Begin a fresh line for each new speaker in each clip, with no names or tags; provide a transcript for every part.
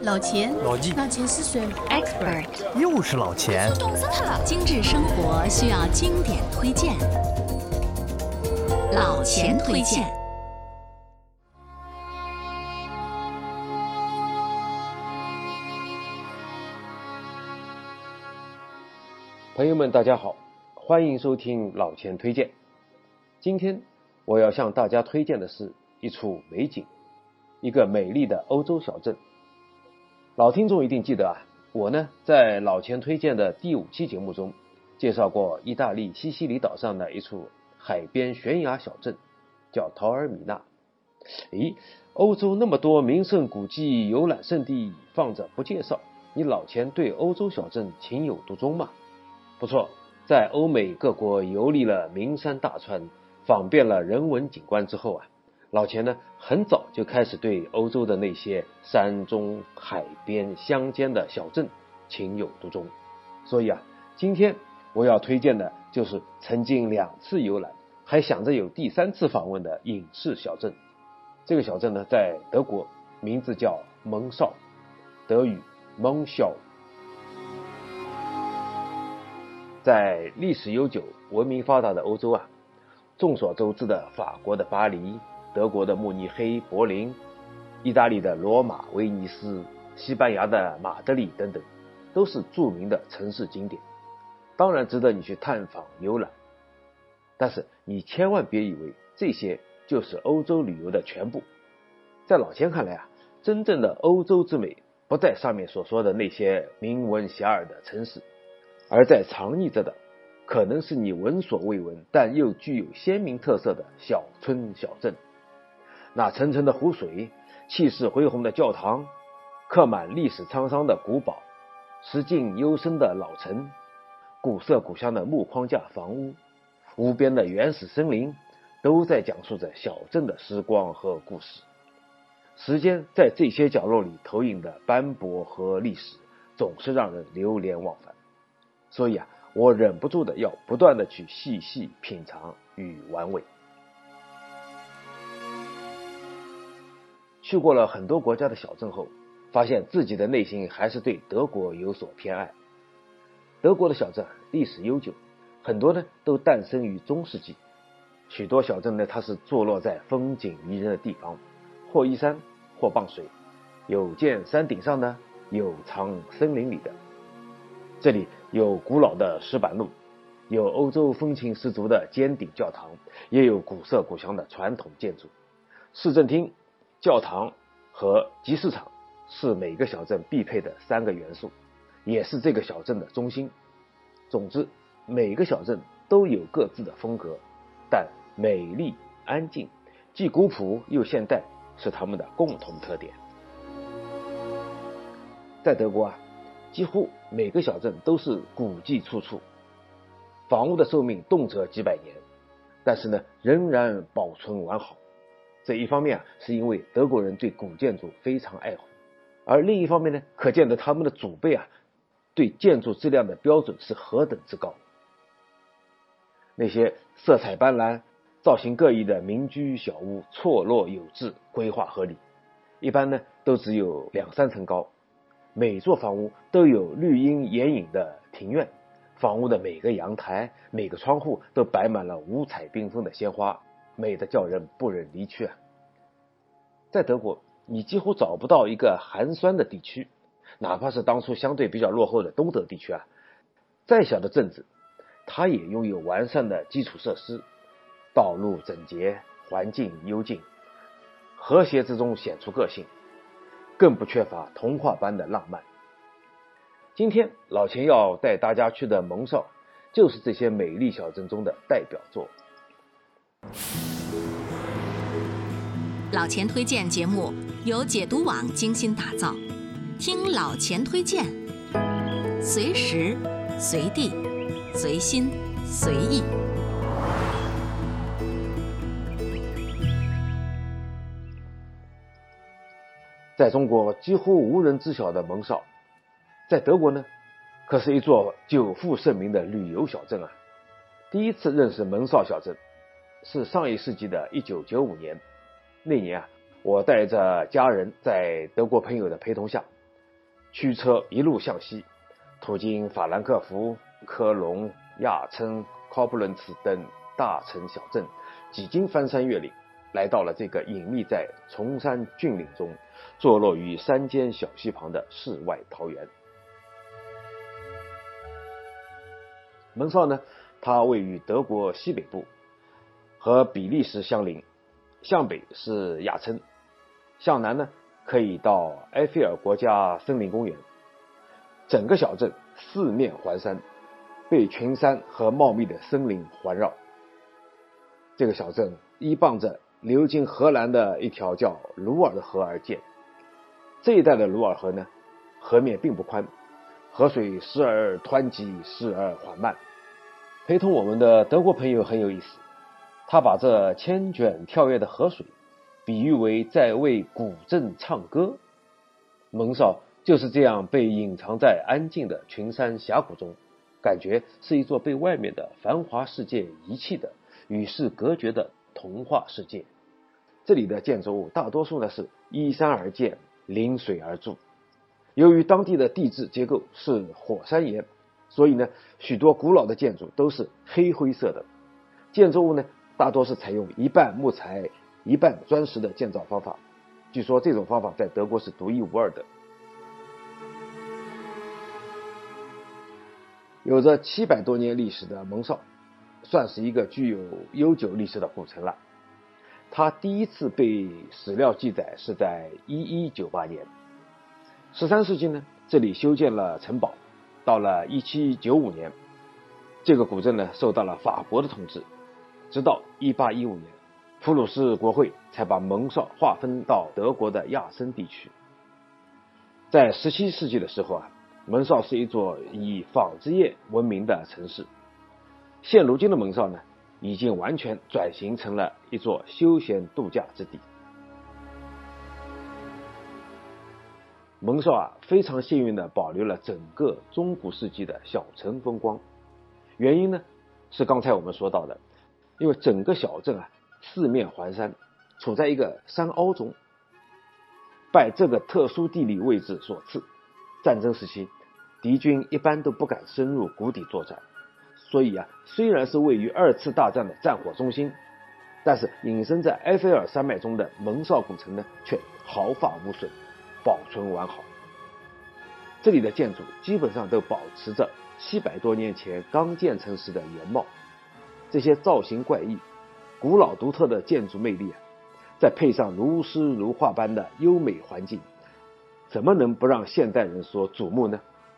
老钱，
老纪，
老钱是谁
？Expert，
又是老钱。
我懂死他了。精致生活需要经典推荐，老钱推荐。
朋友们大家好，欢迎收听老钱推荐。今天我要向大家推荐的是一处美景，一个美丽的欧洲小镇。老听众一定记得啊，我呢在老钱推荐的第5期节目中介绍过意大利西西里岛上的一处海边悬崖小镇，叫陶尔米纳。欧洲那么多名胜古迹游览胜地放着不介绍，你老钱对欧洲小镇情有独钟吗？不错，在欧美各国游历了名山大川，访遍了人文景观之后啊，老钱呢很早就开始对欧洲的那些山中海边乡间的小镇情有独钟。所以啊，今天我要推荐的就是曾经2次游览，还想着有第3次访问的隐士小镇。这个小镇呢在德国，名字叫蒙绍，德语蒙肖。在历史悠久、文明发达的欧洲啊，众所周知的法国的巴黎、德国的慕尼黑、柏林、意大利的罗马、威尼斯、西班牙的马德里等等，都是著名的城市景点，当然值得你去探访游览。但是你千万别以为这些就是欧洲旅游的全部。在老钱看来啊，真正的欧洲之美不在上面所说的那些名闻遐迩的城市，而在藏匿着的可能是你闻所未闻但又具有鲜明特色的小村小镇。那层层的湖水，气势恢宏的教堂，刻满历史沧桑的古堡，石径幽深的老城，古色古香的木框架房屋，无边的原始森林，都在讲述着小镇的时光和故事。时间在这些角落里投影的斑驳和历史，总是让人流连忘返。所以啊，我忍不住的要不断的去细细品尝与玩味。去过了很多国家的小镇后，发现自己的内心还是对德国有所偏爱。德国的小镇历史悠久，很多呢都诞生于中世纪，许多小镇呢它是坐落在风景宜人的地方，或依山或傍水，有建山顶上的，有藏森林里的。这里有古老的石板路，有欧洲风情十足的尖顶教堂，也有古色古香的传统建筑。市政厅、教堂和集市场是每个小镇必配的3个元素，也是这个小镇的中心。总之，每个小镇都有各自的风格，但美丽安静，既古朴又现代，是他们的共同特点。在德国啊，几乎每个小镇都是古迹处处，房屋的寿命动辄几百年，但是呢仍然保存完好。这一方面啊，是因为德国人对古建筑非常爱护，而另一方面呢，可见得他们的祖辈啊对建筑质量的标准是何等之高。那些色彩斑斓、造型各异的民居小屋错落有致，规划合理，一般呢都只有2-3层高。每座房屋都有绿荫掩影的庭院，房屋的每个阳台、每个窗户都摆满了五彩缤纷的鲜花，美得叫人不忍离去啊。在德国，你几乎找不到一个寒酸的地区，哪怕是当初相对比较落后的东德地区啊，再小的镇子，它也拥有完善的基础设施，道路整洁，环境幽静，和谐之中显出个性，更不缺乏童话般的浪漫。今天老钱要带大家去的蒙绍，就是这些美丽小镇中的代表作。
老钱推荐节目由解读网精心打造，听老钱推荐，随时随地随心随意。
在中国几乎无人知晓的蒙绍，在德国呢可是一座久负盛名的旅游小镇啊。第一次认识蒙绍小镇是上一世纪的1995年，那年啊，我带着家人在德国朋友的陪同下驱车一路向西，途经法兰克福、科隆、亚琛、考布伦茨等大城小镇，几经翻山越岭，来到了这个隐秘在崇山峻岭中、坐落于山间小溪旁的世外桃源。蒙绍呢，它位于德国西北部，和比利时相邻，向北是亚琛，向南呢可以到埃菲尔国家森林公园。整个小镇四面环山，被群山和茂密的森林环绕。这个小镇依傍着流经荷兰的一条叫鲁尔的河而建。这一带的鲁尔河呢，河面并不宽，河水时而湍急，时而缓慢。陪同我们的德国朋友很有意思，他把这千卷跳跃的河水比喻为在为古镇唱歌。蒙绍就是这样被隐藏在安静的群山峡谷中，感觉是一座被外面的繁华世界遗弃的、与世隔绝的童话世界。这里的建筑物大多数呢是依山而建，临水而筑。由于当地的地质结构是火山岩，所以呢，许多古老的建筑都是黑灰色的。建筑物呢，大多是采用一半木材、一半砖石的建造方法。据说这种方法在德国是独一无二的。有着700多年历史的蒙绍，算是一个具有悠久历史的古城了。它第一次被史料记载是在1198年。13世纪呢，这里修建了城堡。到了1795年，这个古镇呢受到了法国的统治，直到1815年，普鲁士国会才把蒙绍划分到德国的亚森地区。在17世纪的时候啊，蒙绍是一座以纺织业闻名的城市。现如今的蒙绍呢，已经完全转型成了一座休闲度假之地。蒙绍啊，非常幸运地保留了整个中古世纪的小城风光。原因呢，是刚才我们说到的，因为整个小镇啊，四面环山，处在一个山凹中。拜这个特殊地理位置所赐，战争时期，敌军一般都不敢深入谷底作战。所以啊，虽然是位于2次大战的战火中心，但是隐身在埃菲尔山脉中的蒙绍古城呢，却毫发无损，保存完好。这里的建筑基本上都保持着700多年前刚建成时的原貌。这些造型怪异、古老独特的建筑魅力啊，再配上如诗如画般的优美环境，怎么能不让现代人所瞩目呢？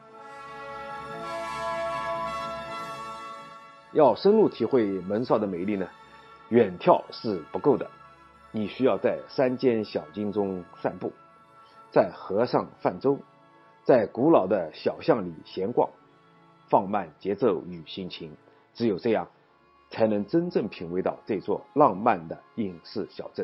要深入体会蒙绍的美丽呢，远眺是不够的，你需要在山间小径中散步，在河上泛舟，在古老的小巷里闲逛，放慢节奏与心情，只有这样才能真正品味到这座浪漫的隐士小镇。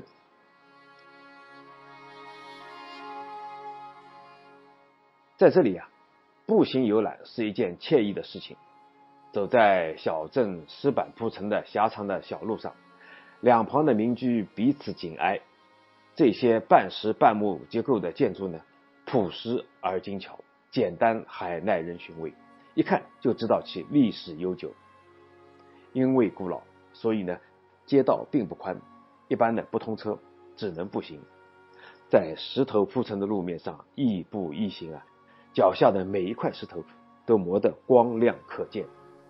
在这里啊，步行游览是一件惬意的事情。走在小镇石板铺成的狭长的小路上，两旁的民居彼此紧挨。这些半石半木结构的建筑呢，朴实而精巧，简单还耐人寻味，一看就知道其历史悠久。因为古老，所以呢，街道并不宽，一般的不通车，只能步行。在石头铺成的路面上亦步亦行啊，脚下的每一块石头都磨得光亮可见。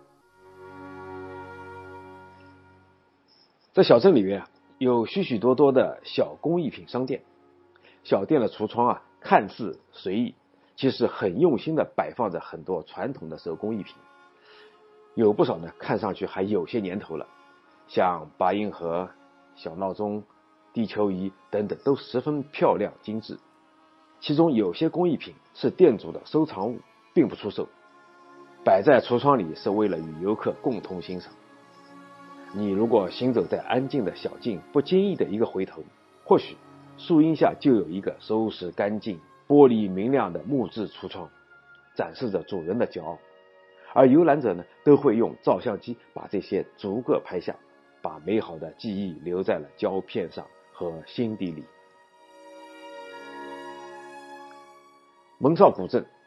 在小镇里面啊，有许许多多的小工艺品商店。小店的橱窗啊，看似随意，其实很用心的摆放着很多传统的手工艺品。有不少呢，看上去还有些年头了，像拔音盒、小闹钟、地球仪等等，都十分漂亮精致。其中有些工艺品是店主的收藏物，并不出售，摆在橱窗里是为了与游客共同欣赏。你如果行走在安静的小径，不经意的一个回头，或许树荫下就有一个收拾干净、玻璃明亮的木质橱窗，展示着主人的骄傲。而游览者呢，都会用照相机把这些逐个拍下，把美好的记忆留在了胶片上和心底里。蒙绍古镇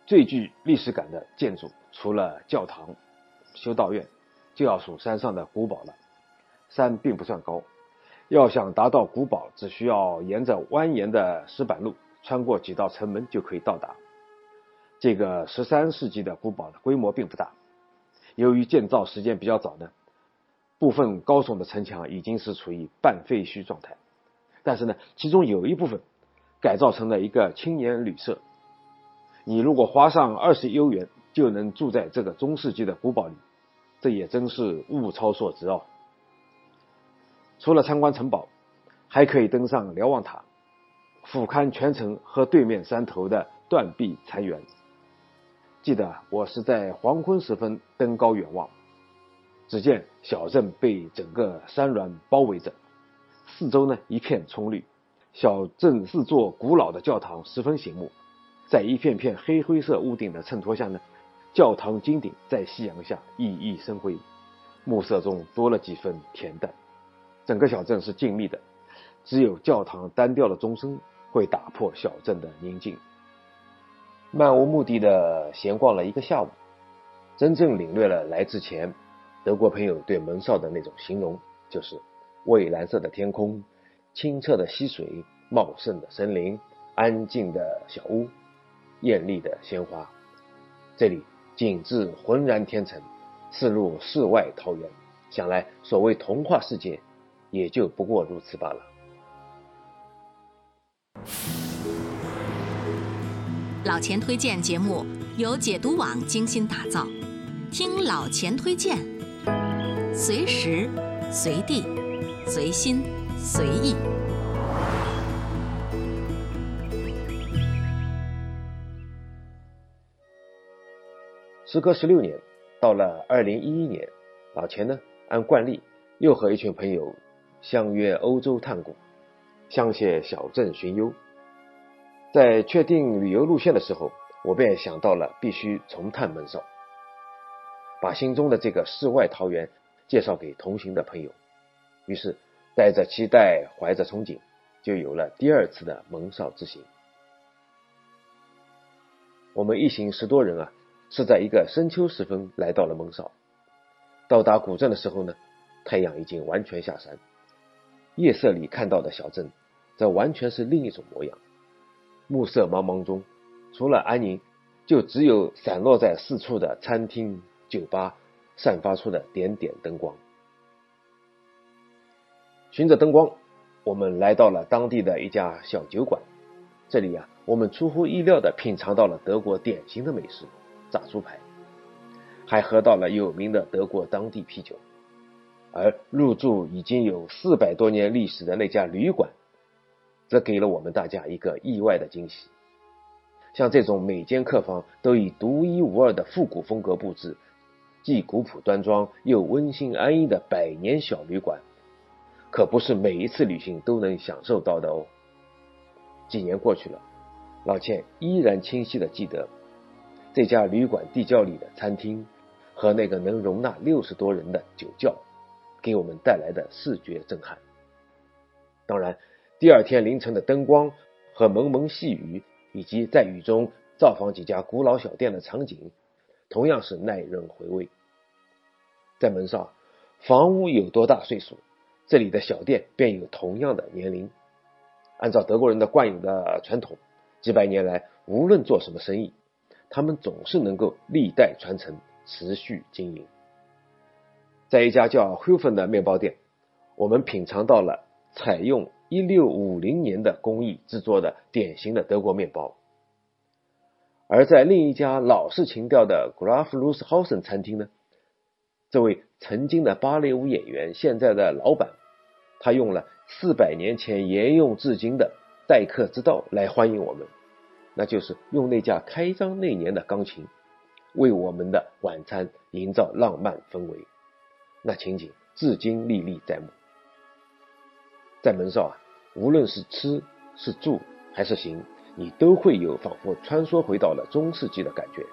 最具历史感的建筑，除了教堂、修道院，就要数山上的古堡了。山并不算高，要想达到古堡，只需要沿着蜿蜒的石板路，穿过几道城门就可以到达。这个13世纪的古堡的规模并不大，由于建造时间比较早呢，部分高耸的城墙已经是处于半废墟状态，但是呢，其中有一部分改造成了一个青年旅社。你如果花上20欧元就能住在这个中世纪的古堡里，这也真是物超所值哦。除了参观城堡，还可以登上瞭望塔，俯瞰全城和对面山头的断壁残垣。记得我是在黄昏时分登高远望，只见小镇被整个山峦包围着，四周呢一片葱绿，小镇4座古老的教堂十分醒目，在一片片黑灰色屋顶的衬托下呢，教堂金顶在夕阳下熠熠生辉，暮色中多了几分恬淡。整个小镇是静谧的，只有教堂单调的钟声会打破小镇的宁静。漫无目的的闲逛了一个下午，真正领略了来之前德国朋友对门哨的那种形容，就是蔚蓝色的天空，清澈的溪水，茂盛的森林，安静的小屋，艳丽的鲜花。这里景致浑然天成，似入世外桃源，想来所谓童话世界也就不过如此罢了。
老钱推荐节目由解读网精心打造，听老钱推荐，随时随地随心随意。
时隔16年，到了2011年，老钱呢按惯例又和一群朋友相约欧洲探古，香榭小镇寻幽。在确定旅游路线的时候，我便想到了必须重探门哨，把心中的这个世外桃源介绍给同行的朋友。于是带着期待，怀着憧憬，就有了第2次的门哨之行。我们一行10多人是在一个深秋时分来到了门哨。到达古镇的时候呢，太阳已经完全下山，夜色里看到的小镇则完全是另一种模样。暮色茫茫中，除了安宁，就只有散落在四处的餐厅、酒吧散发出的点点灯光。循着灯光，我们来到了当地的一家小酒馆。这里我们出乎意料地品尝到了德国典型的美食炸猪排，还喝到了有名的德国当地啤酒。而入住已经有400多年历史的那家旅馆，则给了我们大家一个意外的惊喜。像这种每间客房都以独一无二的复古风格布置，既古朴端庄又温馨安逸的100年小旅馆，可不是每一次旅行都能享受到的哦。几年过去了，老钱依然清晰地记得这家旅馆地窖里的餐厅和那个能容纳60多人的酒窖给我们带来的视觉震撼。当然，第2天凌晨的灯光和蒙蒙细雨，以及在雨中造访几家古老小店的场景，同样是耐人回味。在门哨，房屋有多大岁数，这里的小店便有同样的年龄。按照德国人的惯有的传统，几百年来无论做什么生意，他们总是能够历代传承，持续经营。在一家叫 Hufen 的面包店，我们品尝到了采用1650年的工艺制作的典型的德国面包。而在另一家老式情调的 Graf Lusthaus 餐厅呢，这位曾经的芭蕾舞演员，现在的老板，他用了400年前沿用至今的待客之道来欢迎我们，那就是用那架开张那年的钢琴为我们的晚餐营造浪漫氛围，那情景至今历历在目。在门哨无论是吃是住还是行，你都会有仿佛穿梭回到了中世纪的感觉。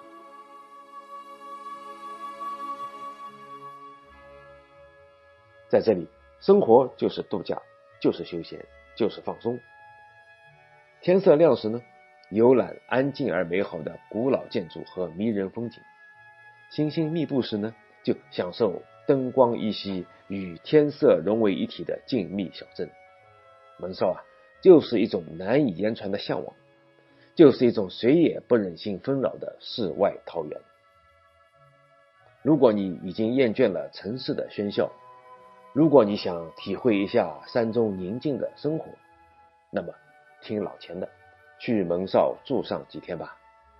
在这里，生活就是度假，就是休闲，就是放松。天色亮时呢， 游览安静而美好的古老建筑和迷人风景。星星密布时呢，就享受灯光依稀与天色融为一体的静谧小镇。门哨啊，就是一种难以言传的向往，就是一种谁也不忍心纷扰的世外桃源。如果你已经厌倦了城市的喧嚣，如果你想体会一下山中宁静的生活，那么听老钱的，去门哨住上几天吧。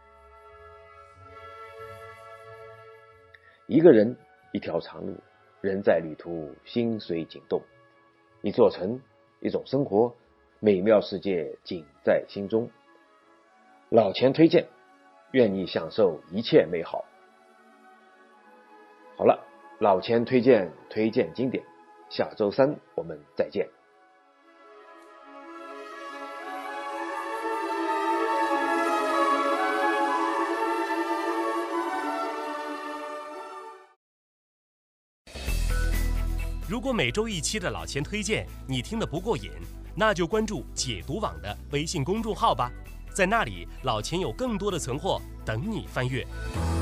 一个人，一条长路，人在旅途，心随景动。一座城，一种生活，美妙世界仅在心中。老钱推荐，愿你享受一切美好。好了，老钱推荐经典，下周三我们再见。
如果每周一期的老钱推荐你听得不过瘾，那就关注解读网的微信公众号吧，在那里老钱有更多的存货等你翻阅。